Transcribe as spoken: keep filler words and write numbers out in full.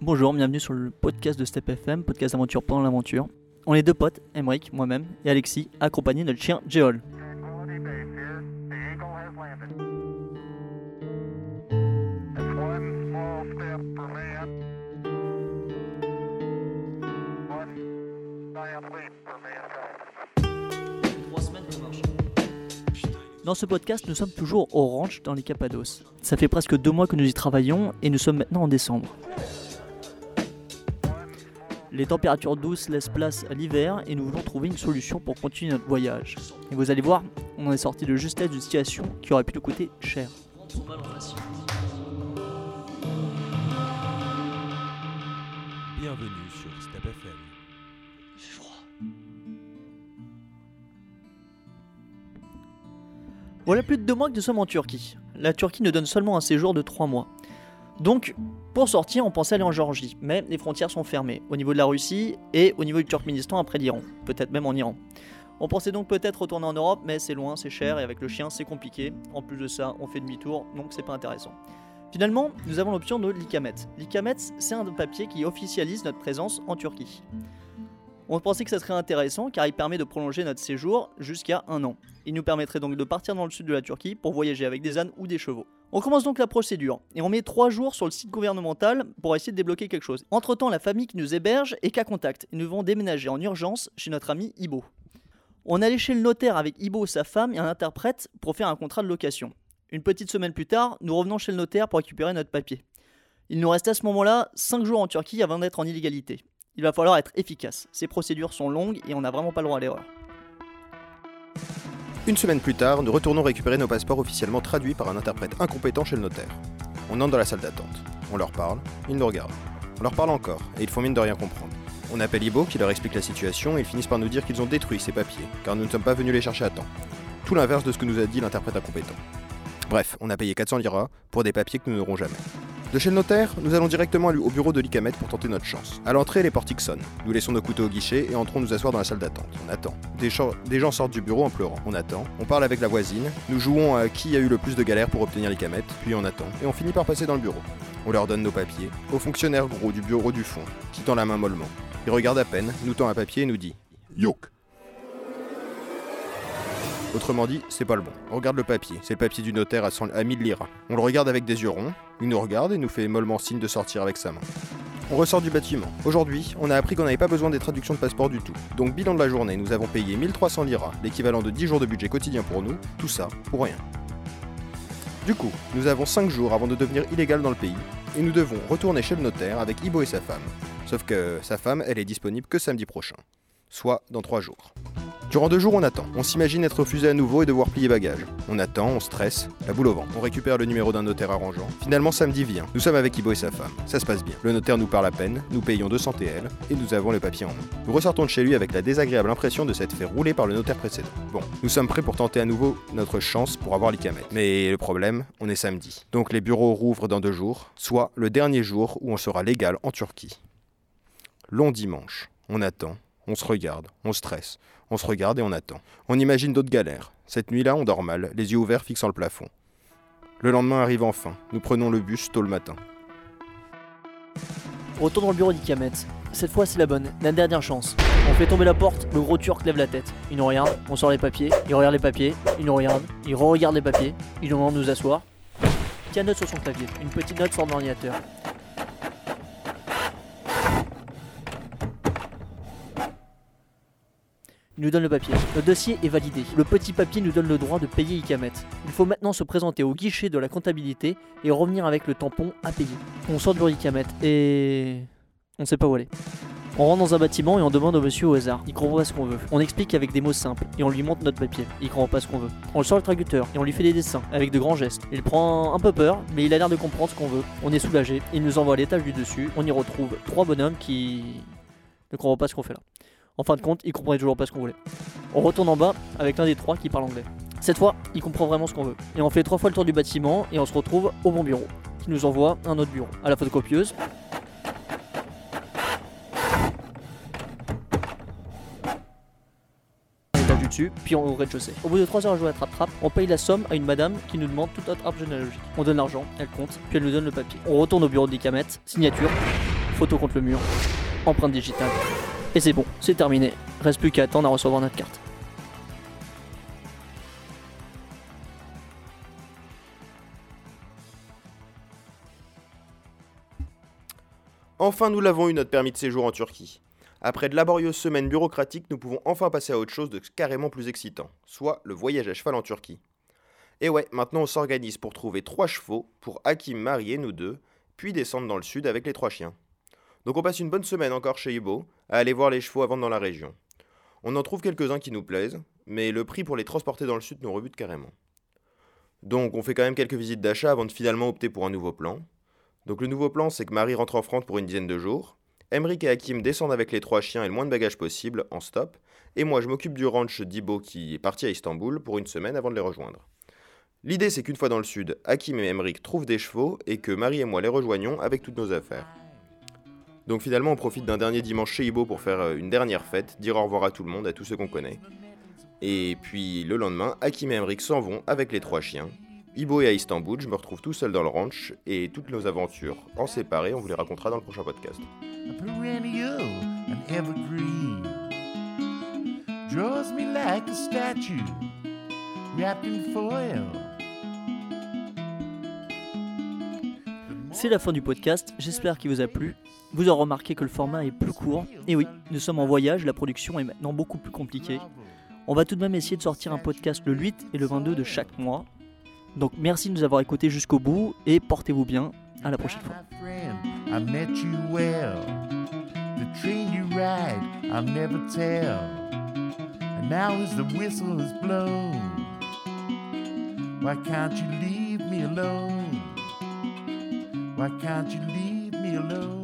Bonjour, bienvenue sur le podcast de Step F M, podcast d'aventure pendant l'aventure. On est deux potes, Emric, moi-même, et Alexis, accompagnés de notre chien Geol. Dans ce podcast, nous sommes toujours au ranch dans les Cappadoces. Ça fait presque deux mois que nous y travaillons et nous sommes maintenant en décembre. Les températures douces laissent place à l'hiver et nous voulons trouver une solution pour continuer notre voyage. Et vous allez voir, on en est sorti de justesse d'une situation qui aurait pu nous coûter cher. Bienvenue sur Step F M. Il fait froid. Voilà plus de deux mois que nous sommes en Turquie. La Turquie nous donne seulement un séjour de trois mois. Donc, pour sortir, on pensait aller en Géorgie, mais les frontières sont fermées, au niveau de la Russie et au niveau du Turkménistan après l'Iran, peut-être même en Iran. On pensait donc peut-être retourner en Europe, mais c'est loin, c'est cher, et avec le chien, c'est compliqué. En plus de ça, on fait demi-tour, donc c'est pas intéressant. Finalement, nous avons l'option de l'Ikamet. L'Ikamet, c'est un papier qui officialise notre présence en Turquie. On pensait que ça serait intéressant, car il permet de prolonger notre séjour jusqu'à un an. Il nous permettrait donc de partir dans le sud de la Turquie pour voyager avec des ânes ou des chevaux. On commence donc la procédure, et on met trois jours sur le site gouvernemental pour essayer de débloquer quelque chose. Entre temps, la famille qui nous héberge est qu'à contact, et nous devons déménager en urgence chez notre ami Ibo. On allait chez le notaire avec Ibo, sa femme et un interprète pour faire un contrat de location. Une petite semaine plus tard, nous revenons chez le notaire pour récupérer notre papier. Il nous restait à ce moment-là cinq jours en Turquie avant d'être en illégalité. Il va falloir être efficace, ces procédures sont longues et on n'a vraiment pas le droit à l'erreur. Une semaine plus tard, nous retournons récupérer nos passeports officiellement traduits par un interprète incompétent chez le notaire. On entre dans la salle d'attente. On leur parle, ils nous regardent. On leur parle encore, et ils font mine de rien comprendre. On appelle Ibo qui leur explique la situation et ils finissent par nous dire qu'ils ont détruit ces papiers, car nous ne sommes pas venus les chercher à temps. Tout l'inverse de ce que nous a dit l'interprète incompétent. Bref, on a payé quatre cents liras pour des papiers que nous n'aurons jamais. De chez le notaire, nous allons directement au bureau de l'Ikamet pour tenter notre chance. À l'entrée, les portiques sonnent. Nous laissons nos couteaux au guichet et entrons nous asseoir dans la salle d'attente. On attend. Des, ch- des gens sortent du bureau en pleurant. On attend. On parle avec la voisine. Nous jouons à qui a eu le plus de galères pour obtenir l'Ikamet. Puis on attend. Et on finit par passer dans le bureau. On leur donne nos papiers. Au fonctionnaire gros du bureau du fond, qui tend la main mollement. Il regarde à peine, nous tend un papier et nous dit « Yok ». Autrement dit, c'est pas le bon. On regarde le papier, c'est le papier du notaire à, cent, à mille liras. On le regarde avec des yeux ronds, il nous regarde et nous fait mollement signe de sortir avec sa main. On ressort du bâtiment. Aujourd'hui, on a appris qu'on n'avait pas besoin des traductions de passeport du tout. Donc bilan de la journée, nous avons payé mille trois cents liras, l'équivalent de dix jours de budget quotidien pour nous, tout ça pour rien. Du coup, nous avons cinq jours avant de devenir illégal dans le pays, et nous devons retourner chez le notaire avec Ibo et sa femme. Sauf que sa femme, elle est disponible que samedi prochain, soit dans trois jours. Durant deux jours, on attend. On s'imagine être refusé à nouveau et devoir plier bagages. On attend, on stresse, la boule au ventre. On récupère le numéro d'un notaire arrangeant. Finalement, samedi vient. Nous sommes avec Ibo et sa femme. Ça se passe bien. Le notaire nous parle à peine, nous payons deux cents T L et nous avons les papiers en main. Nous ressortons de chez lui avec la désagréable impression de s'être fait rouler par le notaire précédent. Bon, nous sommes prêts pour tenter à nouveau notre chance pour avoir l'Ikamet. Mais le problème, on est samedi. Donc les bureaux rouvrent dans deux jours, soit le dernier jour où on sera légal en Turquie. Long dimanche. On attend. On se regarde, on stresse, on se regarde et on attend. On imagine d'autres galères. Cette nuit-là, on dort mal, les yeux ouverts fixant le plafond. Le lendemain arrive enfin. Nous prenons le bus tôt le matin. Retour dans le bureau d'Ikamet. Cette fois, c'est la bonne, la dernière chance. On fait tomber la porte, le gros turc lève la tête. Il nous regarde, on sort les papiers, il regarde les papiers, il nous regarde, il re-regarde les papiers, il nous demande de nous asseoir. Il tient une note sur son clavier, une petite note sort de l'ordinateur. Il nous donne le papier. Le dossier est validé. Le petit papier nous donne le droit de payer Ikamet. Il faut maintenant se présenter au guichet de la comptabilité et revenir avec le tampon à payer. On sort de bureau Ikamet et... on sait pas où aller. On rentre dans un bâtiment et on demande au monsieur au hasard. Il comprend pas ce qu'on veut. On explique avec des mots simples et on lui montre notre papier. Il comprend pas ce qu'on veut. On le sort le traducteur et on lui fait des dessins avec de grands gestes. Il prend un peu peur, mais il a l'air de comprendre ce qu'on veut. On est soulagé. Il nous envoie à l'étage du dessus. On y retrouve trois bonhommes qui ne comprennent pas ce qu'on fait là. En fin de compte, il comprenait toujours pas ce qu'on voulait. On retourne en bas avec l'un des trois qui parle anglais. Cette fois, il comprend vraiment ce qu'on veut. Et on fait trois fois le tour du bâtiment et on se retrouve au bon bureau, qui nous envoie un autre bureau. À la photocopieuse. L'étage du dessus, puis au rez-de-chaussée. Au bout de trois heures à jouer à trappe-trappe, on paye la somme à une madame qui nous demande toute notre arbre généalogique. On donne l'argent, elle compte, puis elle nous donne le papier. On retourne au bureau de l'Ikamet, signature. photo contre le mur, empreinte digitale. Et c'est bon, c'est terminé. Reste plus qu'à attendre à recevoir notre carte. Enfin, nous l'avons eu, notre permis de séjour en Turquie. Après de laborieuses semaines bureaucratiques, nous pouvons enfin passer à autre chose de carrément plus excitant, soit le voyage à cheval en Turquie. Et ouais, maintenant on s'organise pour trouver trois chevaux pour Hakim, Marie et nous deux, puis descendre dans le sud avec les trois chiens. Donc on passe une bonne semaine encore chez Ibo, à aller voir les chevaux à vendre dans la région. On en trouve quelques-uns qui nous plaisent, mais le prix pour les transporter dans le sud nous rebute carrément. Donc on fait quand même quelques visites d'achat avant de finalement opter pour un nouveau plan. Donc le nouveau plan, c'est que Marie rentre en France pour une dizaine de jours, Emric et Hakim descendent avec les trois chiens et le moins de bagages possible, en stop, et moi je m'occupe du ranch d'Ibo qui est parti à Istanbul pour une semaine avant de les rejoindre. L'idée c'est qu'une fois dans le sud, Hakim et Emric trouvent des chevaux et que Marie et moi les rejoignions avec toutes nos affaires. Donc finalement on profite d'un dernier dimanche chez Ibo pour faire une dernière fête, dire au revoir à tout le monde, à tous ceux qu'on connaît. Et puis le lendemain, Hakim et Emric s'en vont avec les trois chiens. Ibo est à Istanbul, je me retrouve tout seul dans le ranch et toutes nos aventures en séparé, on vous les racontera dans le prochain podcast. A perennial, an evergreen, draws me like a statue, wrapped in foil. C'est la fin du podcast, j'espère qu'il vous a plu. Vous aurez remarqué que le format est plus court. Et oui, nous sommes en voyage, la production est maintenant beaucoup plus compliquée. On va tout de même essayer de sortir un podcast le huit et le vingt-deux de chaque mois. Donc merci de nous avoir écoutés jusqu'au bout et portez-vous bien. À la prochaine fois. I met you well. The train you ride, I'll never tell. And now as the whistle is blown, why can't you leave me alone? Why can't you leave me alone?